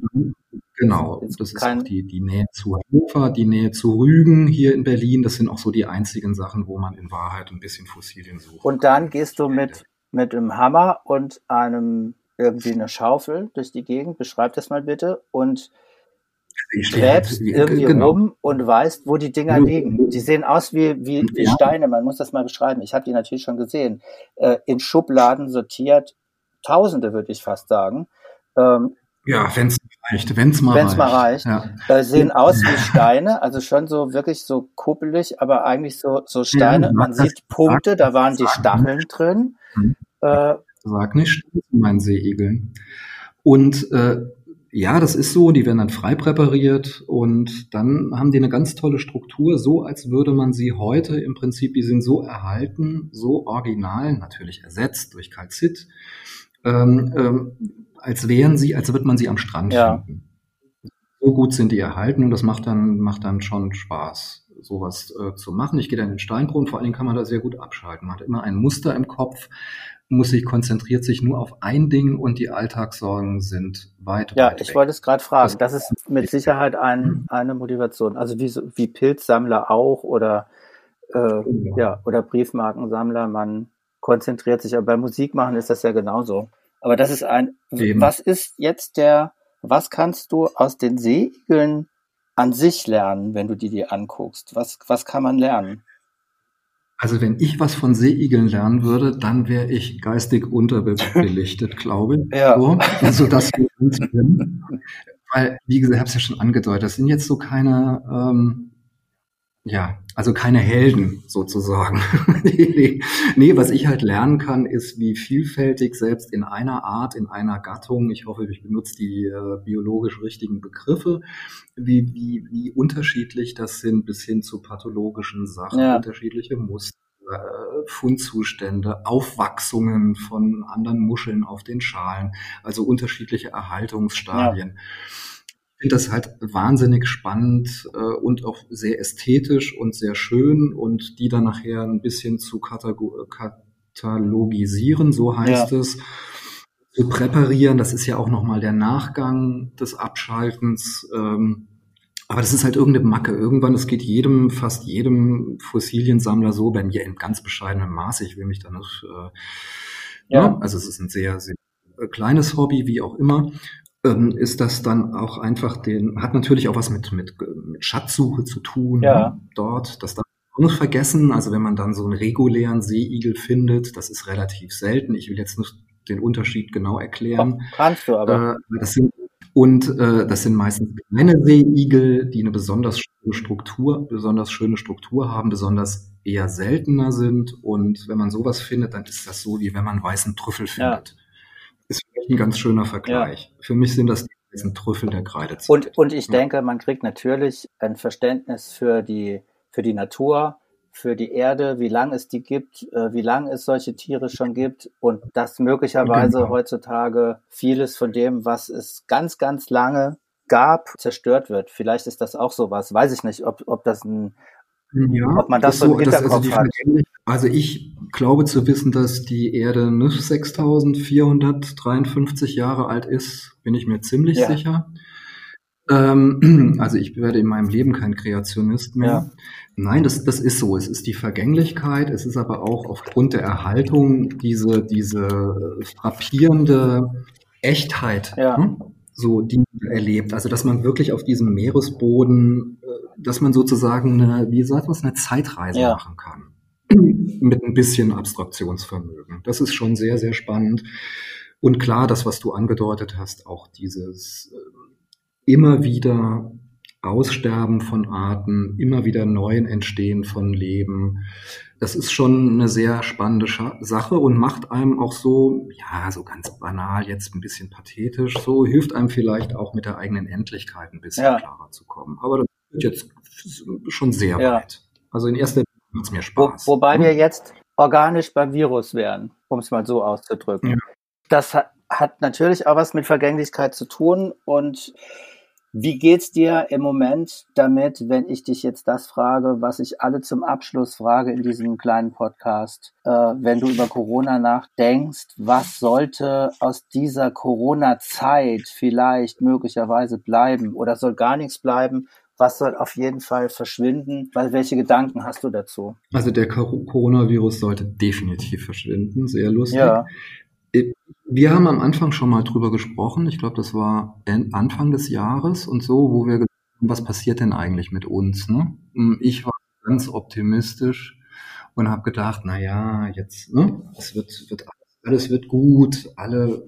Genau, das ist auch die, die Nähe zu Hannover, die Nähe zu Rügen hier in Berlin. Das sind auch so die einzigen Sachen, wo man in Wahrheit ein bisschen Fossilien sucht.
Und dann gehst du mit, mit einem Hammer und einem irgendwie eine Schaufel durch die Gegend, beschreib das mal bitte, und gräbst irgendwie genau. rum und weißt, wo die Dinger liegen. Die sehen aus wie, wie, wie ja. Steine, man muss das mal beschreiben. Ich habe die natürlich schon gesehen. Äh, in Schubladen sortiert, Tausende würde ich fast sagen. Ähm,
Ja, wenn es reicht, wenn es mal
wenn's
reicht.
Mal reicht. Ja. Äh, sehen aus wie Steine, also schon so wirklich so kuppelig, aber eigentlich so, so Steine. Ja, man sieht Punkte, da waren die Stacheln drin.
Hm. Äh, Sag nicht, das sind meine Seeigeln. Und äh, ja, das ist so, die werden dann frei präpariert und dann haben die eine ganz tolle Struktur, so als würde man sie heute im Prinzip, die sind so erhalten, so original, natürlich ersetzt durch Kalzit, ähm, ähm, als wären sie, als würde man sie am Strand
ja.
finden. So gut sind die erhalten und das macht dann, macht dann schon Spaß, sowas äh, zu machen. Ich gehe dann in den Steinbruch und vor allen Dingen kann man da sehr gut abschalten. Man hat immer ein Muster im Kopf, muss sich, konzentriert sich nur auf ein Ding und die Alltagssorgen sind weit,
ja,
weit
ich
weg.
wollte es gerade fragen. Das, das ist mit Sicherheit ein, eine Motivation. Also wie, wie Pilzsammler auch oder, äh, ja. ja, oder Briefmarkensammler. Man konzentriert sich, aber bei Musik machen ist das ja genauso. Aber das ist ein, Eben. Was ist jetzt der Was kannst du aus den Seeigeln an sich lernen, wenn du die dir anguckst? Was, was kann man lernen?
Also wenn ich was von Seeigeln lernen würde, dann wäre ich geistig unterbelichtet, glaube ich.
Ja.
So, also das weil, wie gesagt, ich habe es ja schon angedeutet, das sind jetzt so keine, ähm, ja, also keine Helden sozusagen. nee, nee, was ich halt lernen kann, ist, wie vielfältig selbst in einer Art, in einer Gattung, ich hoffe, ich benutze die äh, biologisch richtigen Begriffe, wie, wie, wie unterschiedlich das sind bis hin zu pathologischen Sachen,
Ja.
unterschiedliche Muster, äh, Fundzustände, Aufwachsungen von anderen Muscheln auf den Schalen, also unterschiedliche Erhaltungsstadien. Ja. Ich finde das halt wahnsinnig spannend äh, und auch sehr ästhetisch und sehr schön und die dann nachher ein bisschen zu katago- katalogisieren, so heißt ja. es, zu präparieren. Das ist ja auch nochmal der Nachgang des Abschaltens. Ähm, aber das ist halt irgendeine Macke. Irgendwann, es geht jedem, fast jedem Fossiliensammler so, bei mir in ganz bescheidenem Maße. Ich will mich da nicht, äh, ja. ja, also es ist ein sehr, sehr kleines Hobby, wie auch immer. Ist das dann auch einfach den, hat natürlich auch was mit, mit, mit Schatzsuche zu tun,
ja.
ne? Dort, das darf man auch nicht vergessen, also wenn man dann so einen regulären Seeigel findet, das ist relativ selten, ich will jetzt nicht den Unterschied genau erklären.
Ach, kannst du aber.
Äh, das sind, und äh, das sind meistens kleine Seeigel, die eine besonders schöne Struktur, besonders schöne Struktur haben, besonders eher seltener sind und wenn man sowas findet, dann ist das so, wie wenn man weißen Trüffel findet. Ja. Ist vielleicht ein ganz schöner Vergleich. Ja. Für mich sind das die Trüffel der Kreidezeit.
Und, und ich ja. denke, man kriegt natürlich ein Verständnis für die, für die Natur, für die Erde, wie lange es die gibt, wie lange es solche Tiere schon gibt und dass möglicherweise genau. heutzutage vieles von dem, was es ganz, ganz lange gab, zerstört wird. Vielleicht ist das auch sowas. Weiß ich nicht, ob, ob das ein
Ja,
ob man das so im Hinterkopf
das, also
hat.
Also ich glaube zu wissen, dass die Erde nicht sechstausendvierhundertdreiundfünfzig Jahre alt ist, bin ich mir ziemlich ja. sicher. Ähm, also ich werde in meinem Leben kein Kreationist mehr. Ja. Nein, das, das ist so. Es ist die Vergänglichkeit. Es ist aber auch aufgrund der Erhaltung diese, diese frappierende Echtheit.
Ja.
Hm? So, die man erlebt. Also, dass man wirklich auf diesem Meeresboden, dass man sozusagen eine, wie sagt man, eine Zeitreise ja. machen kann. Mit ein bisschen Abstraktionsvermögen. Das ist schon sehr, sehr spannend. Und klar, das, was du angedeutet hast, auch dieses äh, immer wieder Aussterben von Arten, immer wieder neuen Entstehen von Leben. Das ist schon eine sehr spannende Scha- Sache und macht einem auch so, ja, so ganz banal, jetzt ein bisschen pathetisch, so hilft einem vielleicht auch mit der eigenen Endlichkeit ein bisschen ja. klarer zu kommen. Aber das wird jetzt schon sehr ja. weit. Also in erster Linie macht es mir Spaß.
Wo, wobei hm? wir jetzt organisch beim Virus wären, um es mal so auszudrücken. Ja. Das hat, hat natürlich auch was mit Vergänglichkeit zu tun und wie geht's dir im Moment damit, wenn ich dich jetzt das frage, was ich alle zum Abschluss frage in diesem kleinen Podcast, äh, wenn du über Corona nachdenkst, was sollte aus dieser Corona-Zeit vielleicht möglicherweise bleiben oder soll gar nichts bleiben? Was soll auf jeden Fall verschwinden? Weil, welche Gedanken hast du dazu?
Also der Coronavirus sollte definitiv verschwinden, sehr lustig.
Ja.
Wir haben am Anfang schon mal drüber gesprochen, ich glaube, das war Anfang des Jahres und so, wo wir gesagt haben, was passiert denn eigentlich mit uns? Ne? Ich war ganz optimistisch und habe gedacht, na ja, jetzt, ne, es wird, wird alles wird gut, alle,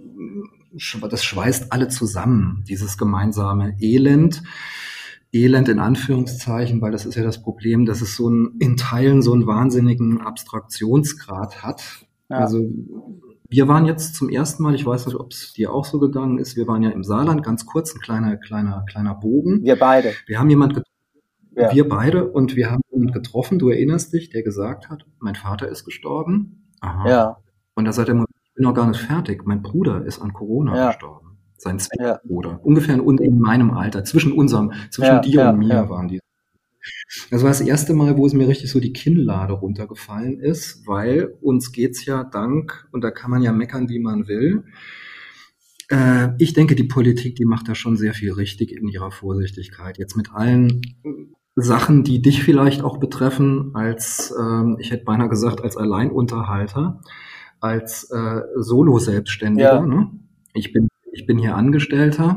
das schweißt alle zusammen, dieses gemeinsame Elend. Elend in Anführungszeichen, weil das ist ja das Problem, dass es so ein, in Teilen so einen wahnsinnigen Abstraktionsgrad hat. Ja. Also wir waren jetzt zum ersten Mal, ich weiß nicht, ob es dir auch so gegangen ist, wir waren ja im Saarland, ganz kurz, ein kleiner, kleiner, kleiner Bogen.
Wir beide.
Wir haben jemand getroffen, ja. wir beide, und wir haben jemanden getroffen, du erinnerst dich, der gesagt hat, mein Vater ist gestorben. Aha.
Ja.
Und da sagt er, ich bin noch gar nicht fertig, mein Bruder ist an Corona ja. gestorben. Sein Zwillingsbruder. Ja. Ungefähr und in meinem Alter, zwischen unserem, zwischen ja, dir ja, und mir ja. waren die. Das war das erste Mal, wo es mir richtig so die Kinnlade runtergefallen ist, weil uns geht's ja dank, und da kann man ja meckern, wie man will. Äh, ich denke, die Politik, die macht da schon sehr viel richtig in ihrer Vorsichtigkeit. Jetzt mit allen Sachen, die dich vielleicht auch betreffen, als, äh, ich hätte beinahe gesagt, als Alleinunterhalter, als äh, Solo-Selbstständiger.
Ja.
Ne? Ich bin, ich bin hier Angestellter.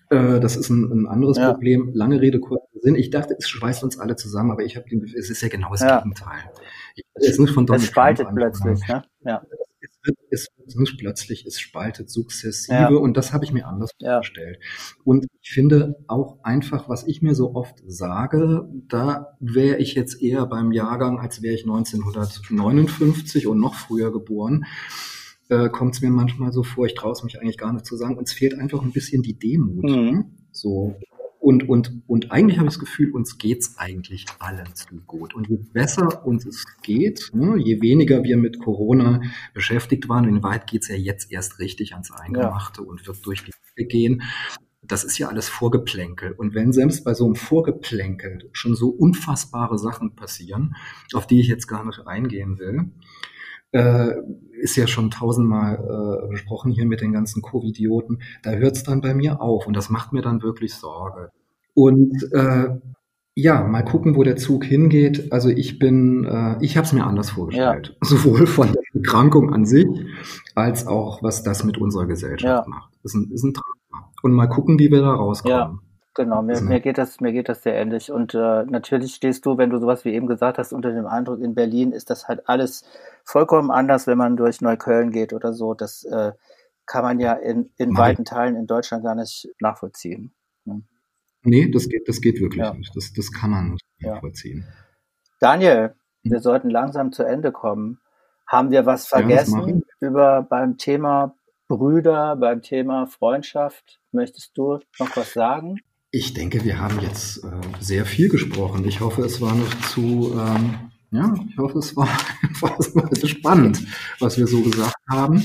Äh, das ist ein, ein anderes ja. Problem. Lange Rede, kurzer Sinn. Ich dachte, es schweißt uns alle zusammen, aber ich habe den Gefühl, es ist ja genau das ja. Gegenteil. Ich,
es, nicht von es spaltet plötzlich, ne?
Ja. Es wird, es wird nicht plötzlich, es spaltet sukzessive ja. und das habe ich mir anders ja. vorgestellt. Und ich finde auch einfach, was ich mir so oft sage, da wäre ich jetzt eher beim Jahrgang, als wäre ich neunzehnhundertneunundfünfzig und noch früher geboren. Äh, kommt es mir manchmal so vor, ich traue es mich eigentlich gar nicht zu sagen, uns fehlt einfach ein bisschen die Demut. Mhm. So. Und, und, und eigentlich habe ich das Gefühl, uns geht's eigentlich allen zu gut. Und je besser uns es geht, ne, je weniger wir mit Corona beschäftigt waren, in weit geht's ja jetzt erst richtig ans Eingemachte ja. und wird durch die Decke gehen. Das ist ja alles Vorgeplänkel. Und wenn selbst bei so einem Vorgeplänkel schon so unfassbare Sachen passieren, auf die ich jetzt gar nicht eingehen will, äh, ist ja schon tausendmal äh, besprochen hier mit den ganzen Covidioten, da hört es dann bei mir auf und das macht mir dann wirklich Sorge. Und äh, ja, mal gucken, wo der Zug hingeht. Also ich bin, äh, ich habe es mir anders vorgestellt. Ja. Sowohl von der Erkrankung an sich, als auch, was das mit unserer Gesellschaft ja. macht. Das ist ein, ist ein Drama. Und mal gucken, wie wir da rauskommen.
Ja. Genau, mir, mir geht das, mir geht das sehr ähnlich. Und äh, natürlich stehst du, wenn du sowas wie eben gesagt hast, unter dem Eindruck, in Berlin ist das halt alles vollkommen anders, wenn man durch Neukölln geht oder so. Das äh, kann man ja in, in weiten Teilen in Deutschland gar nicht nachvollziehen.
Hm. Nee, das geht, das geht wirklich ja. nicht. Das, das kann man nicht ja. nachvollziehen.
Daniel, hm. wir sollten langsam zu Ende kommen. Haben wir was vergessen ja, über beim Thema Brüder, beim Thema Freundschaft? Möchtest du noch was sagen?
Ich denke, wir haben jetzt äh, sehr viel gesprochen. Ich hoffe, es war noch zu, ähm, ja, ich hoffe, es war, war spannend, was wir so gesagt haben.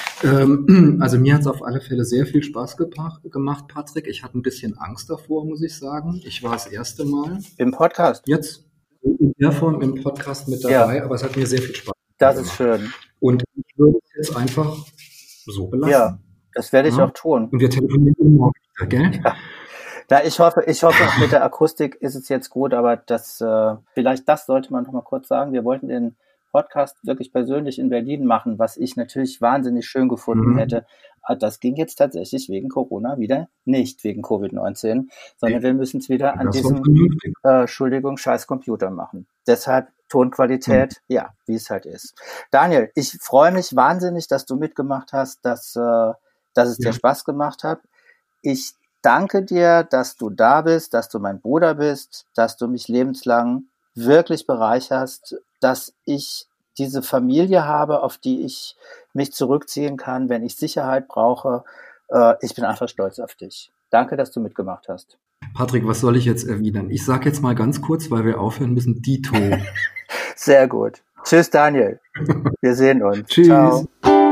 Ähm, also mir hat es auf alle Fälle sehr viel Spaß gebracht, gemacht, Patrick. Ich hatte ein bisschen Angst davor, muss ich sagen. Ich war das erste Mal.
Im Podcast?
Jetzt in der Form im Podcast mit dabei, ja. aber es hat mir sehr viel Spaß gemacht.
Das ist schön.
Und ich würde es jetzt einfach so belassen.
Ja, das werde ich ja. auch tun.
Und wir telefonieren morgen wieder, gell?
Ja. Ja, ich hoffe, ich hoffe, mit der Akustik ist es jetzt gut, aber das, äh, vielleicht das sollte man noch mal kurz sagen. Wir wollten den Podcast wirklich persönlich in Berlin machen, was ich natürlich wahnsinnig schön gefunden mhm. hätte. Das ging jetzt tatsächlich wegen Corona wieder nicht, wegen Covid neunzehn, sondern nee. wir müssen es wieder an das diesem, äh, Entschuldigung, scheiß Computer machen. Deshalb Tonqualität, mhm. ja, wie es halt ist. Daniel, ich freue mich wahnsinnig, dass du mitgemacht hast, dass, äh, dass es ja. dir Spaß gemacht hat. Ich danke dir, dass du da bist, dass du mein Bruder bist, dass du mich lebenslang wirklich bereicherst, dass ich diese Familie habe, auf die ich mich zurückziehen kann, wenn ich Sicherheit brauche. Äh, ich bin einfach stolz auf dich. Danke, dass du mitgemacht hast.
Patrick, was soll ich jetzt erwidern? Ich sage jetzt mal ganz kurz, weil wir aufhören müssen, Dito.
Sehr gut. Tschüss, Daniel. Wir sehen uns.
Tschüss. Ciao.